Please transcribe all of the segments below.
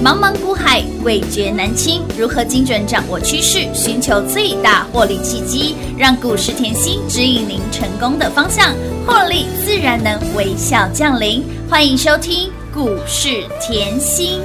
茫茫股海，味觉难清。如何精准掌握趋势，寻求最大获利契机，让股市甜心指引您成功的方向，获利自然能微笑降临。欢迎收听股市甜心。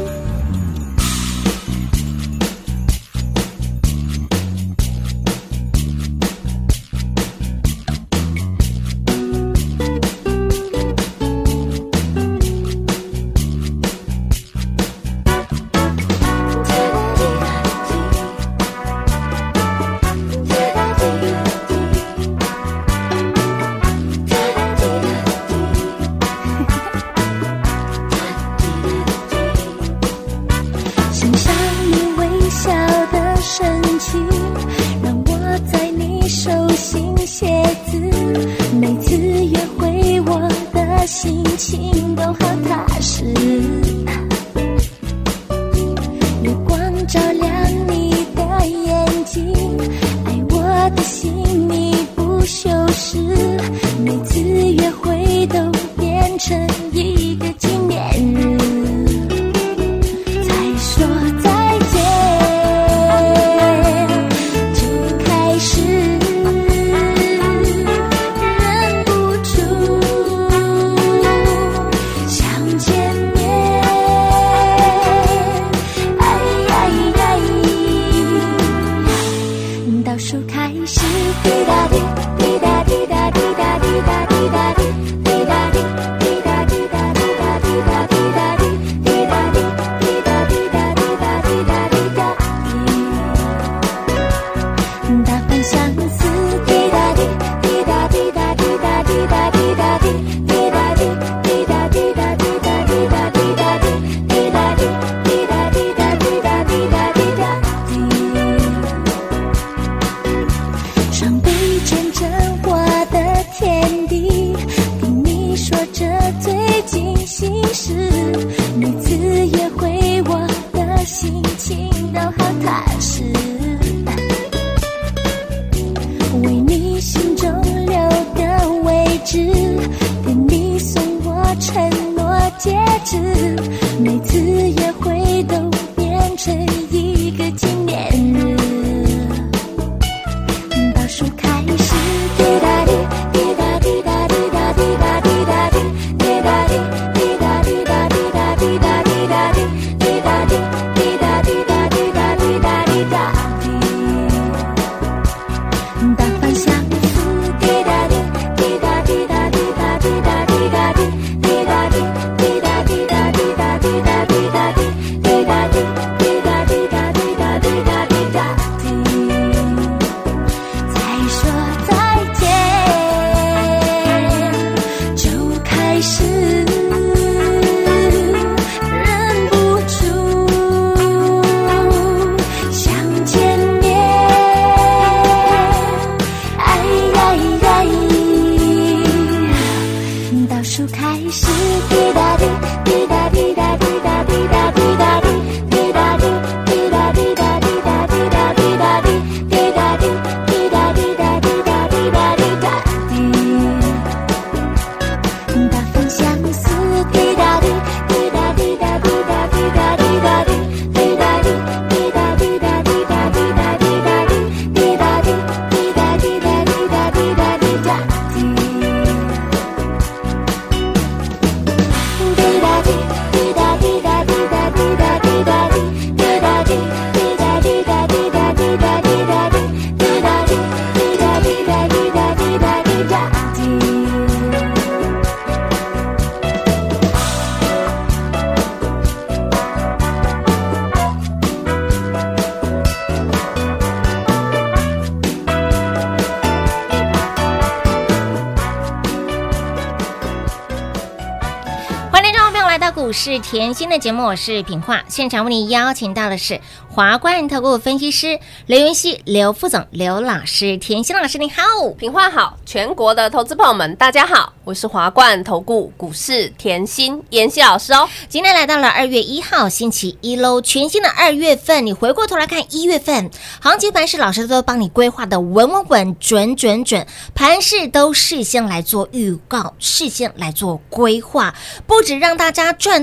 股市甜心的节目，我是品化，现场为你邀请到的是华冠投顾分析师刘云熙、刘副总、刘老师。甜心老师你好。 品化好，全国的投资朋友们大家好，我是华冠投顾股市甜心妍希老师哦。 今天来到了2月1号星期一喽，全新的2月份，你回过头来看1月份行情盘势，老师都帮你规划的稳稳稳、准准准，盘势都事先来做预告，事先来做规划，不止让大家赚到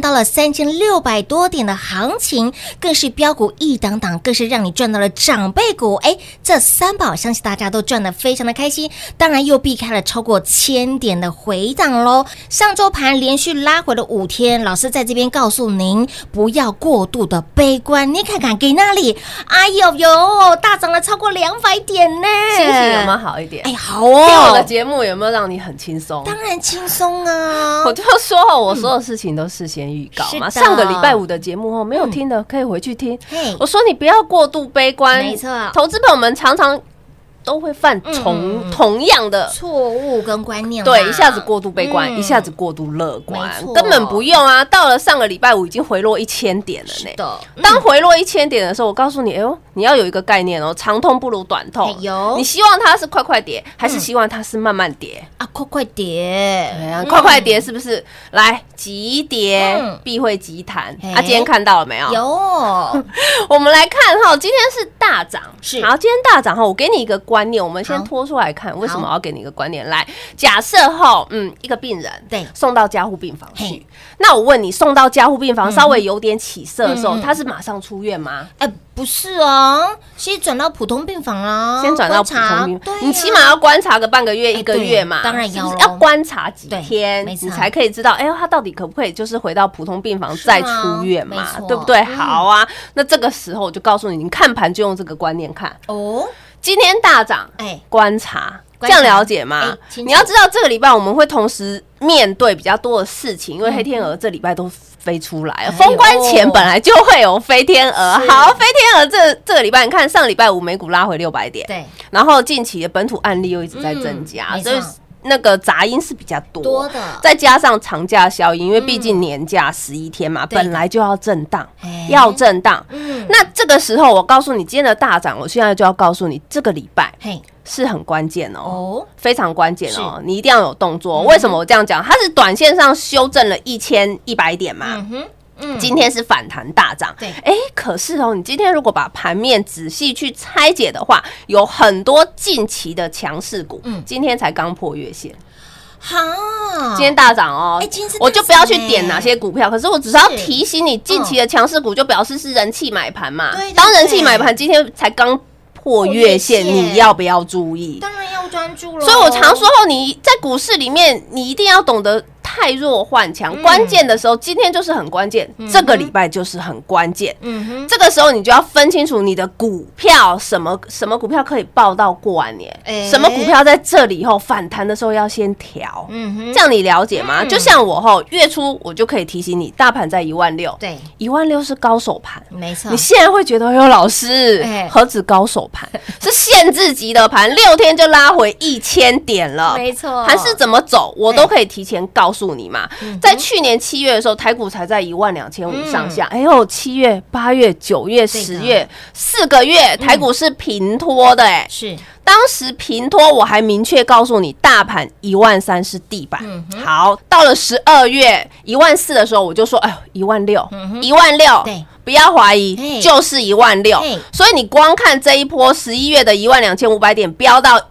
到了3600多点的行情，更是标股一档档，更是让你赚到了长辈股。哎，这三宝相信大家都赚得非常的开心，当然又避开了超过1000点的回档喽。上周盘连续拉回了5天，老师在这边告诉您不要过度的悲观。你看看给那里，哎呦呦，大涨了超过200点呢， 心情有没有好一点？ 哎，好哦。 听我的节目有没有让你很轻松？ 当然轻松啊！ 我就说我所有事情都事先预告嘛。上个礼拜5的节目后没有听的可以回去听。我说你不要过度悲观， 没错， 投资朋友们常常都会犯同样的错误跟观念， 对，一下子过度悲观，一下子过度乐观，根本不用啊！到了上个礼拜5已经回落1000点了呢。当回落1000点的时候，我告诉你，哎呦，你要有一个概念哦，长痛不如短痛。你希望它是快快跌，还是希望它是慢慢跌啊？快快跌， 对啊，快快跌是不是？来，急跌必会急弹啊！今天看到了没有？ 有。 我们来看哈，今天是大涨， 是。 好，今天大涨哈，我给你一个观念，我们先拖出来看，为什么要给你一个观念？来，假设哈，一个病人对送到加护病房去，那我问你，送到加护病房稍微有点起色的时候，他是马上出院吗？ 不是哦，先转到普通病房啦， 先转到普通病房，你起码要观察个半个月、1个月嘛， 当然要观察几天，你才可以知道，哎，他到底可不可以就是回到普通病房再出院嘛，对不对？好啊，那这个时候我就告诉你，你看盘就用这个观念看哦。今天大涨，观察。这样了解吗？你要知道，这个礼拜我们会同时面对比较多的事情，因为黑天鹅这礼拜都飞出来了，封关前本来就会有飞天鹅。好，飞天鹅这个礼拜，你看上礼拜5美股拉回600点，对，然后近期的本土案例又一直在增加，所以那个杂音是比较多的，再加上长假效应，因为毕竟年假11天嘛，本来就要震荡，那这个时候我告诉你，今天的大涨，我现在就要告诉你，这个礼拜是很关键哦，非常关键哦，你一定要有动作。为什么我这样讲？它是短线上修正了1100点嘛。今天是反弹大涨，对，可是哦，你今天如果把盘面仔细去拆解的话，有很多近期的强势股，今天才刚破月线。今天大涨哦，我就不要去点哪些股票，可是我只是要提醒你，近期的强势股就表示是人气买盘嘛。当人气买盘今天才刚破月线，你要不要注意？ 当然要专注了。 所以我常说后，你在股市里面，你一定要懂得太弱换强，关键的时候，今天就是很关键，这个礼拜就是很关键。这个时候你就要分清楚你的股票什么股票可以抱到过完年，什么股票在这里以后反弹的时候要先调。这样你了解吗？就像我后月初我就可以提醒你，大盘在16000，对，16000是高手盘，没错。你现在会觉得，哎呦，老师，何止高手盘，是限制级的盘，6天就拉回1000点了，没错。盘是怎么走，我都可以提前告诉你嘛。在去年7月的时候，台股才在12500上下，哎呦，7月、8月、9月、10月4个月，台股是平拖的，是。当时平拖，我还明确告诉你，大盘13000是地板。好，到了12月14000的时候，我就说，哎呦，16000，16000，对，不要怀疑，就是16000。所以你光看这一波11月的12500点飙到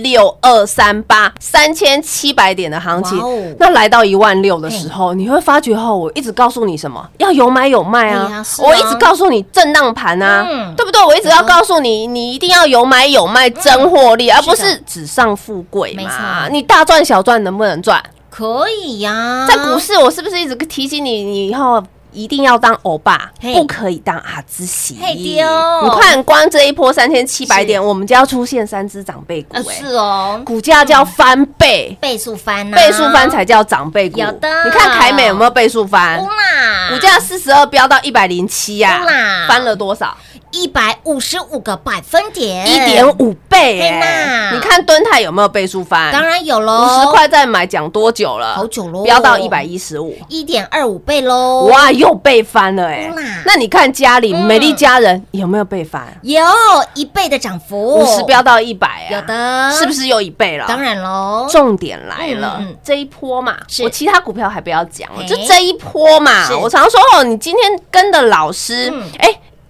16238，3700点的行情，那来到16000的时候，你会发觉后，我一直告诉你什么？要有买有卖啊！我一直告诉你震荡盘啊，对不对？我一直要告诉你，你一定要有买有卖，真获利，而不是纸上富贵嘛。你大赚小赚能不能赚？ 可以呀。 在股市，我是不是一直提醒你，你以后一定要当欧巴，不可以当阿兹喜。你看，光这一波3700点，我们就要出现3只长辈股， 是哦， 股价叫翻倍， 倍数翻， 倍数翻才叫长辈股。有的，你看凯美有没有倍数翻？股价42飙到107啊，翻了多少 ？155个百分点 ，1.5倍你看敦泰有没有倍数翻？ 当然有喽 ，50块再买讲多久了？ 好久喽， 飙到115，1.25 倍喽！ 哇，又倍翻了那你看嘉里美丽佳人有没有倍翻？ 有1倍的涨幅 ，50飙到100 有的， 是不是又1倍了？ 当然喽。 重点来了，这一波嘛，我其他股票还不要讲了，就这一波嘛。我常说你今天跟的老师，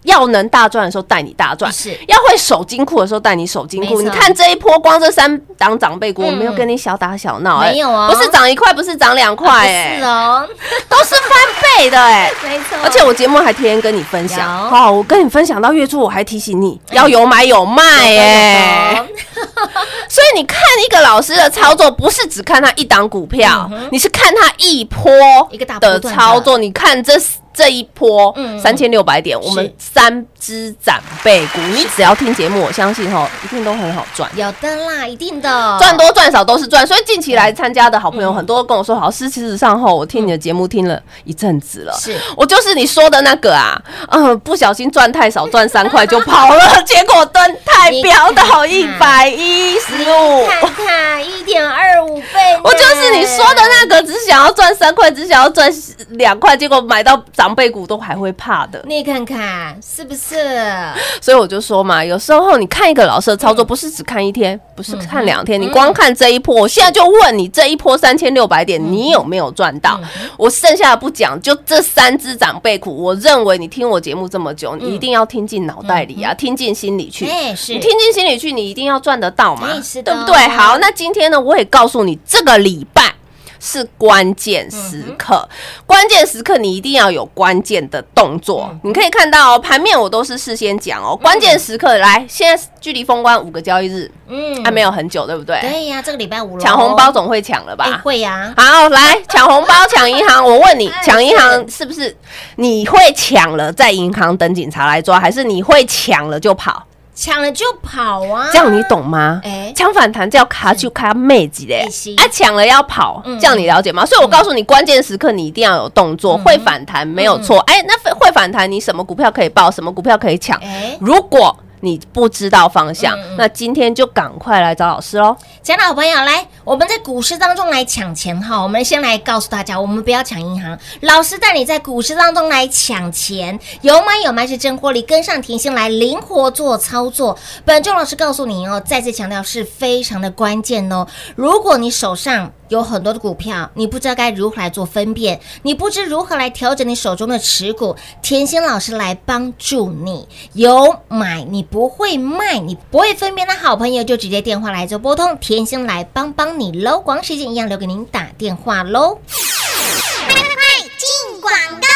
要能大赚的时候带你大赚， 是要会守金库的时候带你守金库。你看这一波光这3档长辈股，我没有跟你小打小闹， 没有哦， 不是涨1块，不是涨2块， 是哦， 都是翻倍的没错。 而且我节目还天天跟你分享，好，我跟你分享到月初，我还提醒你要有买有卖，所以你看一个老师的操作，不是只看他一档股票，你是看他一波的操作，你看这一波3600点，我们3只长辈股，你只要听节目，我相信一定都很好赚。 有的啦，一定的， 赚多赚少都是赚。所以近期来参加的好朋友很多都跟我说，老师，其实上我听你的节目听了一阵子了，是我就是你说的那个啊，不小心赚太少，赚3块就跑了，结果蹲太飙到115， 看看1.25倍， 我就是你说的那个，只想要赚3块，只想要赚2块，结果买到长辈股都还会怕的， 你看看是不是？ 所以我就说嘛，有时候你看一个老师的操作，不是只看1天，不是看2天，你光看这一波，我现在就问你，这一波3600点，你有没有赚到？我剩下的不讲，就这3只长辈股，我认为你听我节目这么久，你一定要听进脑袋里啊，听进心里去。你听进心里去，你一定要赚得到嘛，对不对？好，那今天呢，我也告诉你，这个礼拜是关键时刻，关键时刻你一定要有关键的动作。你可以看到盘面我都是事先讲关键时刻来，现在距离封关5个交易日，还没有很久，对不对？ 对呀，这个礼拜5 抢红包总会抢了吧？ 会呀。 好，来抢红包抢银行，我问你，抢银行是不是你会抢了在银行等警察来抓，还是你会抢了就跑？ 抢了就跑啊， 这样你懂吗？抢反弹叫卡就卡妹子嘞，抢了要跑，这样你了解吗？所以我告诉你，关键时刻你一定要有动作，会反弹没有错。那会反弹，你什么股票可以报，什么股票可以抢？如果你不知道方向，那今天就赶快来找老师咯。 亲爱的好朋友，来，我们在股市当中来抢钱哈。我们先来告诉大家，我们不要抢银行，老师带你在股市当中来抢钱，有买有卖是真获利，跟上甜心来灵活做操作。本周老师告诉你再次强调是非常的关键哦。如果你手上有很多的股票，你不知道该如何来做分辨，你不知如何来调整你手中的持股，甜心老师来帮助你。有买你不会卖，你不会分辨的好朋友，就直接电话来做拨通，甜心来帮你喽。广告时间一样留给您打电话喽。快进广告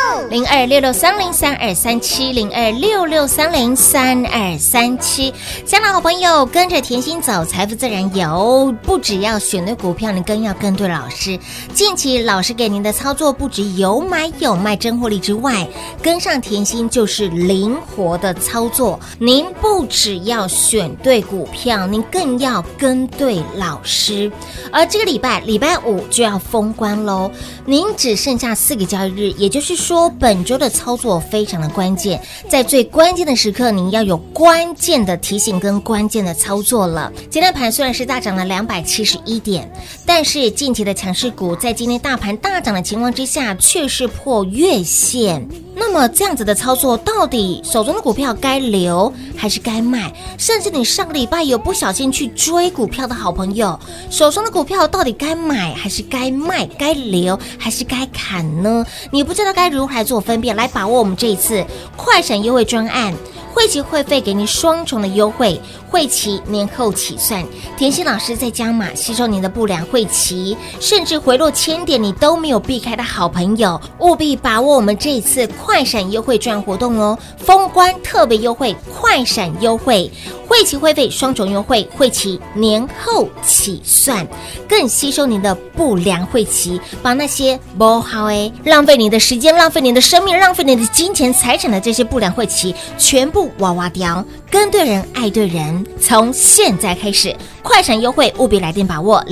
02663032370266303237，亲爱的好朋友，跟着甜心走，财富自然有。不只要选对股票，你更要跟对老师。近期老师给您的操作，不只有买有卖真获利之外，跟上甜心就是灵活的操作。您不只要选对股票，您更要跟对老师。而这个礼拜5就要封关喽，您只剩下4个交易日，也就是说本周的操作非常的关键，在最关键的时刻，您要有关键的提醒跟关键的操作了。今天盘虽然是大涨了271点，但是近期的强势股在今天大盘大涨的情况之下，却是破月线。那么这样子的操作，到底手中的股票该留还是该卖？甚至你上个礼拜有不小心去追股票的好朋友，手中的股票到底该买还是该卖？该留还是该砍呢？你不知道该如何来做分辨，来把握我们这一次快闪优惠专案。会期会费给您双重的优惠，会期年后起算，甜心老师在加码吸收您的不良会期，甚至回落1000点你都没有避开的好朋友，务必把握我们这一次快闪优惠专活动哦！封关特别优惠，快闪优惠，会期会费双重优惠，会期年后起算，更吸收您的不良会期，把那些不好浪费你的时间、浪费你的生命、浪费你的金钱财产的这些不良会期全部挖掉，跟对人爱对人，从现在开始快闪优惠，务必来电把握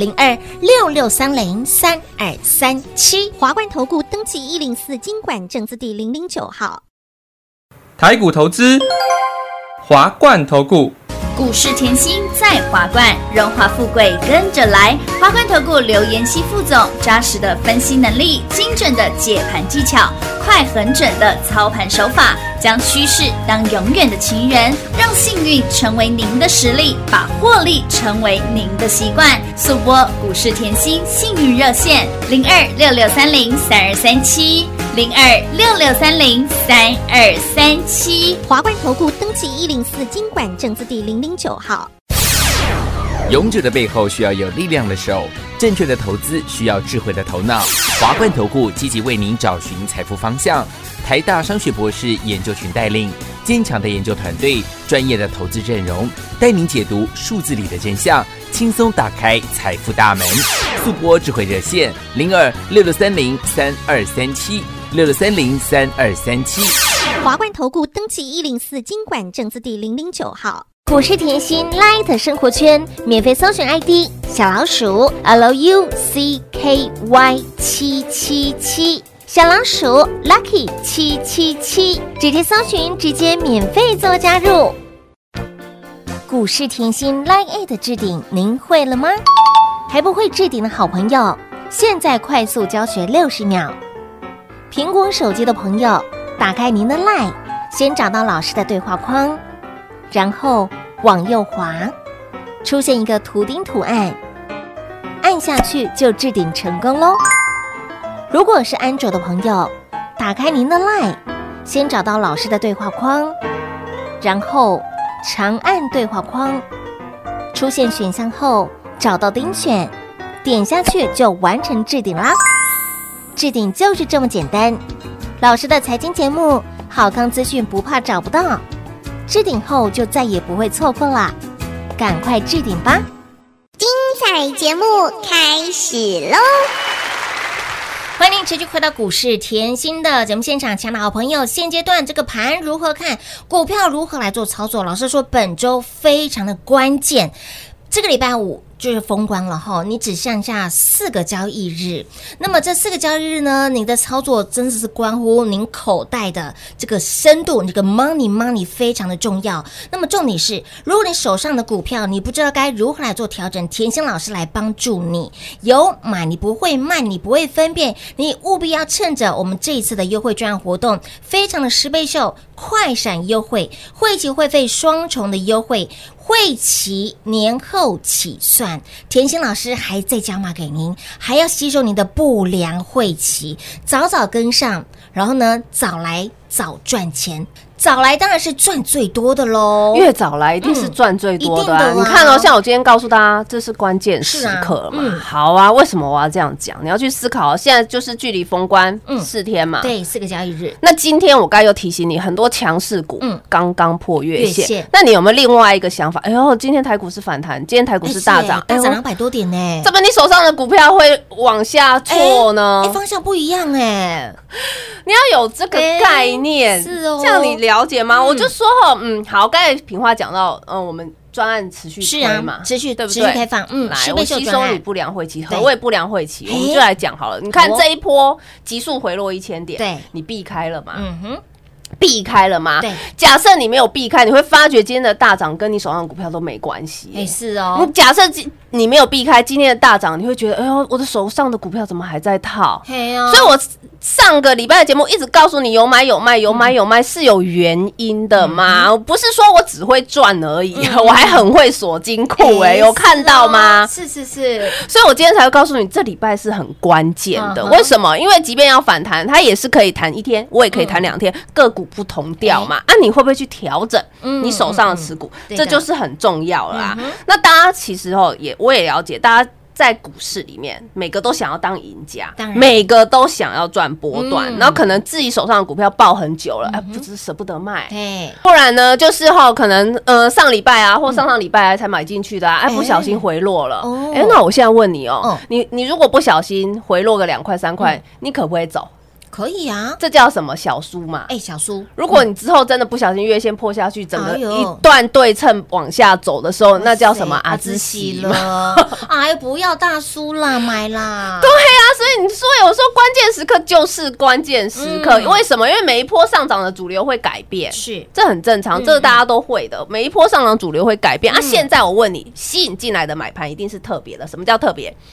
0266303237。 华冠投顾登记104金管证字第009号。 台股投资，华冠投顾。 股市甜心在华冠，荣华富贵跟着来。华冠投顾刘妍希副总，扎实的分析能力，精准的解盘技巧，快很准的操盘手法，将趋势当永远的情人，让幸运成为您的实力，把获利成为您的习惯。速拨股市甜心幸运热线0266303237。 02-6630-3237。 华冠投顾登记104金管证字第009号。 勇者的背后需要有力量的手，正确的投资需要智慧的头脑。华冠投顾积极为您找寻财富方向，台大商学博士研究群带领，坚强的研究团队，专业的投资阵容，带您解读数字里的真相，轻松打开财富大门。速播智慧热线02-6630-3237，6630-3237。 华冠投顾登记104金管证字第009号。 股市甜心 Light 生活圈免费搜寻 ID 小老鼠 LUCKY777，小老鼠 Lucky 777，直接搜寻，直接免费做加入。股市甜心 Light 置顶，您会了吗？还不会置顶的好朋友，现在快速教学60秒。苹果手机的朋友，打开您的 Light， 先找到老师的对话框，然后往右滑，出现一个图钉图案，按下去就置顶成功咯。如果是安卓的朋友，打开您的 LINE， 先找到老师的对话框，然后长按对话框，出现选项后找到钉选，点下去就完成置顶啦。置顶就是这么简单，老师的财经节目，好康资讯不怕找不到，置顶后就再也不会错过啦，赶快置顶吧！ 彩节目开始喽！ 欢迎您持续回到股市甜心的节目现场，亲爱的好朋友，现阶段这个盘如何看？股票如何来做操作？老师说本周非常的关键，这个礼拜五就是封关了哈，你只剩下4个交易日。那么这4个交易日呢，你的操作真的是关乎您口袋的这个深度，这个 money 非常的重要。那么重点是，如果你手上的股票你不知道该如何来做调整，甜心老师来帮助你。有买你不会卖，你不会分辨，你务必要趁着我们这一次的优惠专案活动，非常的10倍秀快闪优惠，会期会费双重的优惠，会期年后起算，甜心老师还再加码给您，还要吸收您的不良会期，早早跟上，然后呢，早来早赚钱。早来当然是赚最多的咯， 越早来一定是赚最多的啊你看哦，像我今天告诉大家，这是关键时刻嘛。好啊，为什么我要这样讲？你要去思考，现在就是距离封关4天嘛， 对，4个交易日。 那今天我刚才又提醒你，很多强势股刚刚破月线，那你有没有另外一个想法？哎呦，今天台股是反弹，今天台股是大涨， 大涨200多点呢。 怎么你手上的股票会往下挫呢？ 方向不一样哎， 你要有这个概念，是哦，这样你了解吗？我就说好，刚才平花讲到，我们专案持续推嘛， 持续对不对？ 持续开放， 来，我吸收你不良会期，何谓不良会期？我们就来讲好了。你看这一波急速回落1000点，对，你避开了嘛？避开了吗？对，假设你没有避开，你会发觉今天的大涨跟你手上的股票都没关系。 是哦。 你假设你没有避开今天的大涨，你会觉得，哎呦，我的手上的股票怎么还在套？所以我上个礼拜的节目一直告诉你，有买有卖，有买有卖是有原因的嘛，不是说我只会赚而已，我还很会锁金库有看到吗？ 是。 所以我今天才会告诉你，这礼拜是很关键的。为什么？因为即便要反弹，它也是可以弹1天，我也可以弹2天，个股不同调嘛。你会不会去调整你手上的持股？这就是很重要啦。那大家其实我也了解，大家在股市里面每个都想要当赢家，每个都想要赚波段，然后可能自己手上的股票抱很久了，不只是舍不得卖，不然呢就是可能上礼拜或上礼拜才买进去的不小心回落了，那我现在问你你如果不小心回落个2块3块，你可不可以走？ 可以啊， 这叫什么？小输嘛。 小输。 如果你之后真的不小心月线破下去，整个一段对称往下走的时候，那叫什么？阿兹西了。 不要大输啦，买啦。 对啊，所以你说有时候关键时刻就是关键时刻，为什么？因为每一波上涨的主流会改变，是这很正常，这个大家都会的。每一波上涨主流会改变现在我问你，吸引进来的买盘一定是特别的。什么叫特别？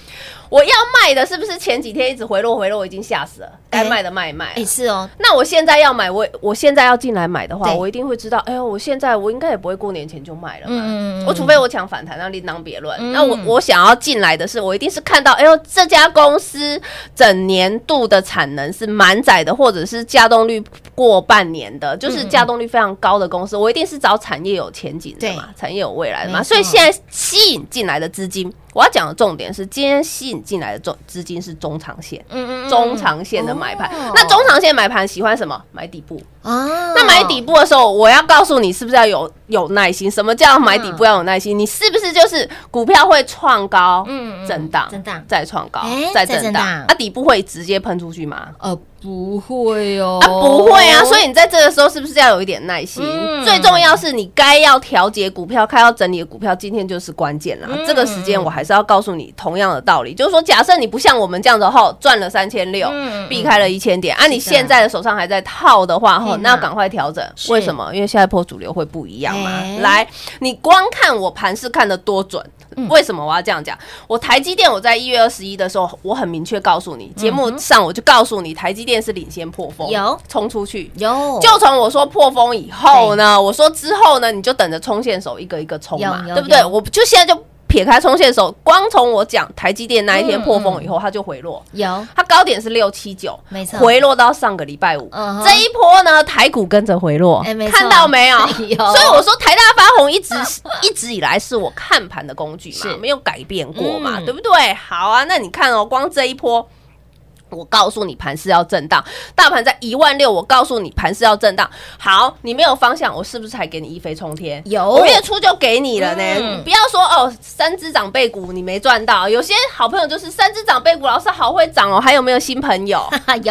我要卖的是不是前几天一直回落，我已经吓死了，该卖的卖一卖。 是哦。 那我现在要买，我现在要进来买的话，我一定会知道，我现在我应该也不会过年前就卖了嘛。我除非我抢反弹，那另当别论。那我想要进来的是，我一定是看到，这家公司整年度的产能是满载的，或者是稼动率过半年的，就是稼动率非常高的公司，我一定是找产业有前景的嘛，产业有未来的嘛。所以现在吸引进来的资金，我要讲的重点是，今天吸引进来的资金是中长线，中长线的买盘。那中长线买盘喜欢什么？买底部啊。那买底部的时候，我要告诉你，是不是要有耐心？什么叫买底部要有耐心？你是不是就是股票会创高，震荡，再创高，再震荡？底部会直接喷出去吗？ 不会哦， 不会啊。所以你在这个时候是不是要有一点耐心？最重要是你该要调节股票、该要整理的股票，今天就是关键啦。这个时间我还是要告诉你同样的道理，就是说，假设你不像我们这样子后赚了3600，避开了1000点，你现在的手上还在套的话，那要赶快调整。为什么？因为下一波主流会不一样嘛。来，你光看我盘势看得多准。为什么我要这样讲？我台积电，我在1月21的时候，我很明确告诉你，节目上我就告诉你，台积电是领先破锋，冲出去，就从我说破锋以后呢，我说之后呢，你就等着冲线手一个一个冲嘛，对不对？我就现在就撇开冲线手，光从我讲台积电那一天破锋以后，它就回落，它高点是679，没错，回落到上个礼拜五，这一波呢，台股跟着回落，看到没有？所以我说台大发红一直以来是我看盘的工具嘛，没有改变过嘛，对不对？好啊，那你看哦，光这一波。我告诉你盘势要震荡，大盘在16000，我告诉你盘势要震荡。好，你没有方向，我是不是还给你一飞冲天？有，我月初就给你了呢。你不要说3只长辈股你没赚到，有些好朋友就是3只长辈股，老师好会涨哦。还有没有新朋友？ 有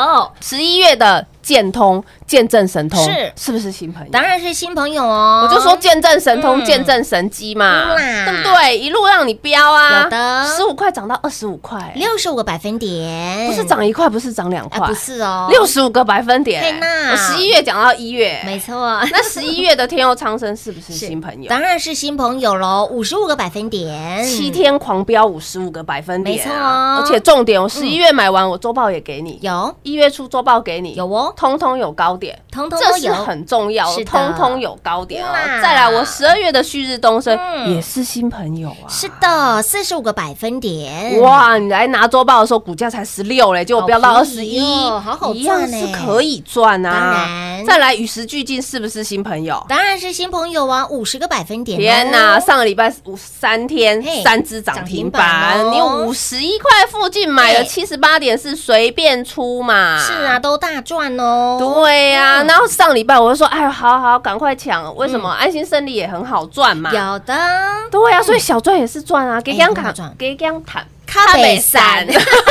，11月的建通、见证神通是不是新朋友？ 当然是新朋友哦。 我就说见证神通、见证神机嘛，对不对？一路让你飙啊，有的15块涨到25块 ，65个百分点， 不是涨1块，不是涨2块， 不是哦 ，65个百分点。我11月讲到1月， 没错。 那11月的天佑昌生是不是新朋友？ 当然是新朋友喽，55个百分点 ，7天狂飙55个百分点， 没错哦。 而且重点，我11月买完，我周报也给你， 有 1月初周报给你， 有哦。 通通有高点，这是很重要的，通通有高点哦。再来，我12月的旭日东升也是新朋友啊， 是的，45个百分点。 哇，你来拿周报的时候，股价才16嘞，结果飙到21， 好好一样是可以赚啊。再来，与时俱进是不是新朋友？ 当然是新朋友啊，50个百分点。 天哪，上个礼拜3天3只涨停板，你51块附近买了78点，是随便出嘛？ 是啊，都大赚哦。 对呀，然后上礼拜我就说，哎，好，赶快抢！为什么？安心胜利也很好赚嘛。 有的， 对呀，所以小赚也是赚啊，给姜谈，给姜谈。 咖北山，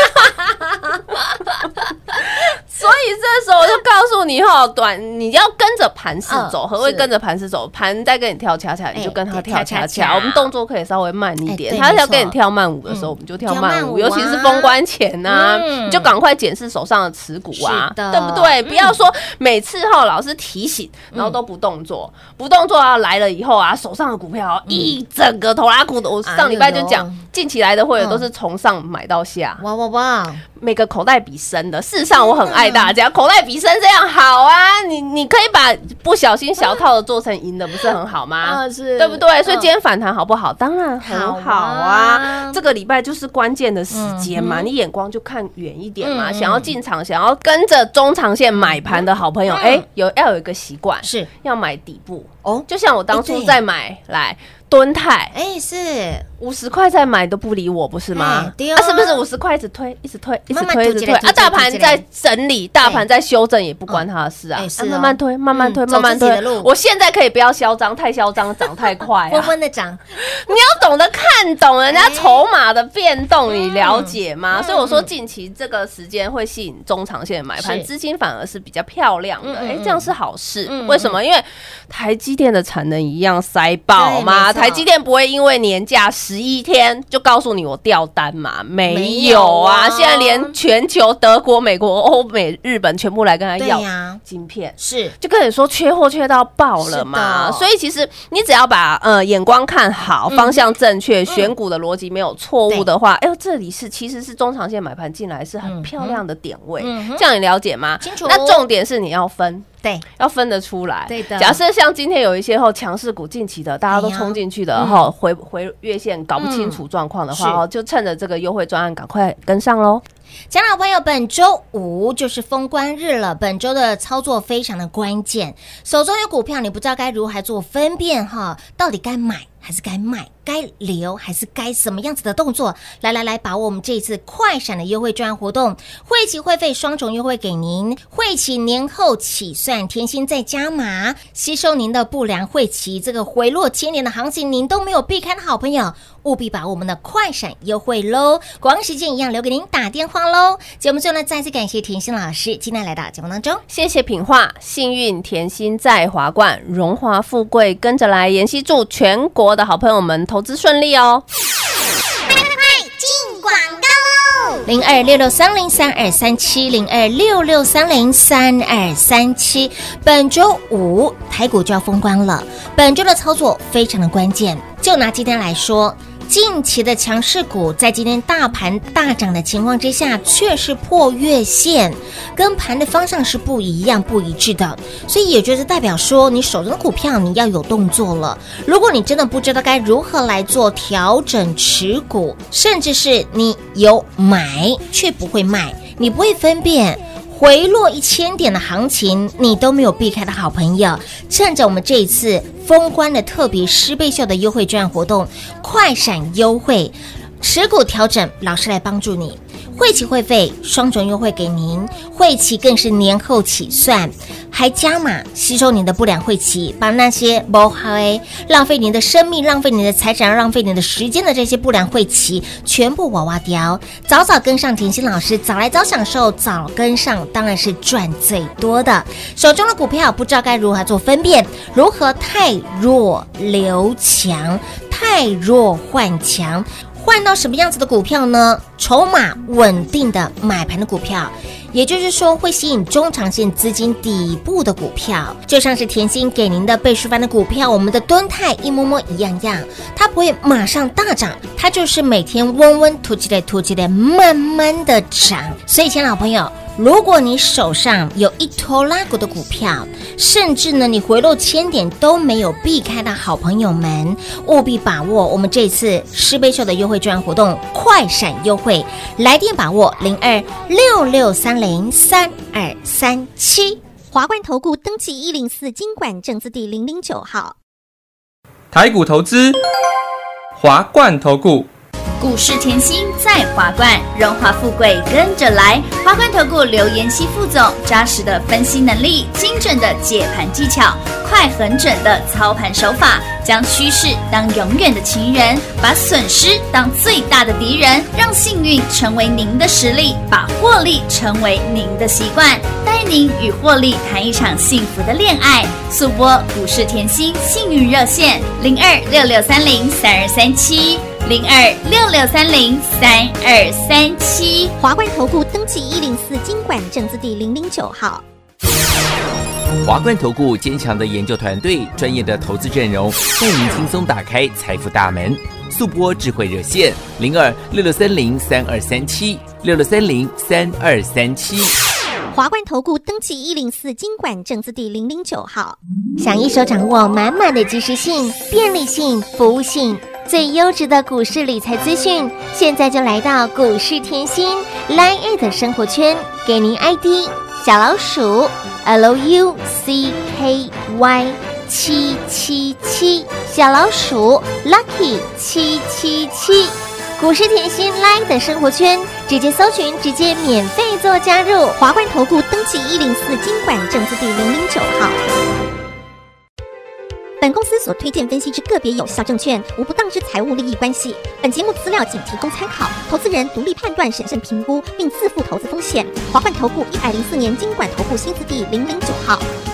所以这时候我就告诉你你要跟着盘势走。何谓跟着盘势走？盘在跟你跳恰恰，你就跟他跳恰恰。我们动作可以稍微慢一点，他要跟你跳慢舞的时候，我们就跳慢舞。尤其是封关前呐，你就赶快检视手上的持股啊，对不对？不要说每次老师提醒，然后都不动作，来了以后啊，手上的股票一整个头拉股的。我上礼拜就讲，近期来的会员都是从上买到下，哇！每个口袋比深的。事实上，我很爱大家，口袋比深这样好啊。你可以把不小心小套的做成赢的，不是很好吗？是，对不对？所以今天反弹好不好？当然很好啊。这个礼拜就是关键的时间嘛，你眼光就看远一点嘛。想要进场，想要跟着中长线买盘的好朋友，要有一个习惯，是要买底部哦。就像我当初在买来敦泰， 是 50块再买都不理我，不是吗？是不是50块一直推，一直推啊？大盘在整理，大盘在修正，也不关他的事啊。慢慢推，慢慢推。我现在可以不要嚣张，太嚣张，涨太快， 纷纷的涨。 你要懂得看懂人家筹码的变动，你了解吗？所以我说近期这个时间会吸引中长线的买盘，资金反而是比较漂亮的。这样是好事。为什么？因为台积电的产能一样塞爆嘛。台积电不会因为年假11天就告诉你我掉单嘛？没有啊！现在连全球德国、美国、欧美、日本全部来跟他要晶片，是就跟跟你说缺货缺到爆了嘛，所以其实你只要把眼光看好，方向正确，选股的逻辑没有错误的话，哎呦，这里其实是中长线买盘进来是很漂亮的点位，这样你了解吗？ 清楚。 那重点是你要分。 对， 要分得出来。 对的。 假设像今天有一些强势股近期的，大家都冲进去的回月线搞不清楚状况的话，就趁着这个优惠专案赶快跟上喽。 家老朋友，本周五就是封关日了，本周的操作非常的关键，手中有股票你不知道该如何做分辨哈，到底该买还是该卖，该留还是该什么样子的动作？来，把握我们这一次快闪的优惠专案活动，会期会费双重优惠给您，会期年后起算，甜心再加码，吸收您的不良会期，这个回落千年的行情您都没有避开的好朋友，务必把我们的快闪优惠喽！广时间一样留给您打电话喽。节目最后呢，再次感谢甜心老师今天来到节目当中， 谢谢品画，幸运甜心在华冠，荣华富贵跟着来，妍希祝全国的好朋友们投资顺利哦。 快进广告喽 ！0266303237，0266303237，本周五台股就要封关了，本周的操作非常的关键，就拿今天来说。近期的强势股在今天大盘大涨的情况之下，却是破月线，跟盘的方向是不一样、不一致的，所以也就是代表说，你手中的股票你要有动作了。如果你真的不知道该如何来做调整持股，甚至是你有买却不会卖，你不会分辨。回落1000点的行情，你都没有避开的好朋友，趁着我们这一次封关的特别10倍秀的优惠专案活动，快闪优惠，持股调整，老师来帮助你。会期会费双重优惠给您，会期更是年后起算，还加码吸收您的不良会期，把那些不好浪费您的生命、浪费您的财产、浪费您的时间的这些不良会期全部娃娃掉。早早跟上甜心老师，早来早享受，早跟上当然是赚最多的。手中的股票不知道该如何做分辨，如何太弱留强，太弱换强。换到什么样子的股票呢？筹码稳定的买盘的股票，也就是说会吸引中长线资金底部的股票，就像是甜心给您的倍数翻的股票，我们的敦泰一摸摸一样样，它不会马上大涨，它就是每天温温突起的慢慢的涨。所以亲爱的好朋友，如果你手上有一头拉股的股票，甚至呢你回落1000点都没有避开的好朋友们，务必把握我们这次10倍秀的优惠专案活动，快闪优惠，来电把握0266303237。 华冠投顾登记104金管证字第009号。 台股投资，华冠投顾。 股市甜心在华冠，荣华富贵跟着来。华冠投顾刘妍希副总，扎实的分析能力，精准的解盘技巧，快很准的操盘手法，将趋势当永远的情人，把损失当最大的敌人，让幸运成为您的实力，把获利成为您的习惯，带您与获利谈一场幸福的恋爱。速播股市甜心幸运热线0266303237。0266303237。 华冠投顾登记104金管证字第009号。 华冠投顾坚强的研究团队，专业的投资阵容，带您轻松打开财富大门。速播智慧热线0266303237，66303237。 华冠投顾登记104金管证字第009号。 想一手掌握满满的及时性、便利性、服务性。最优质的股市理财资讯，现在就来到股市甜心 LINE@ 的生活圈，给您 ID 小老鼠 LUCKY777，小老鼠 Lucky 777，股市甜心 LINE@ 的生活圈，直接搜寻，直接免费做加入。 华冠投顾登记104金管证字第009号。本公司所推荐分析之个别有效证券，无不当之财务利益关系。本节目资料仅提供参考，投资人独立判断、审慎评估，并自负投资风险。华冠投顾104年金管投顾新字第009号。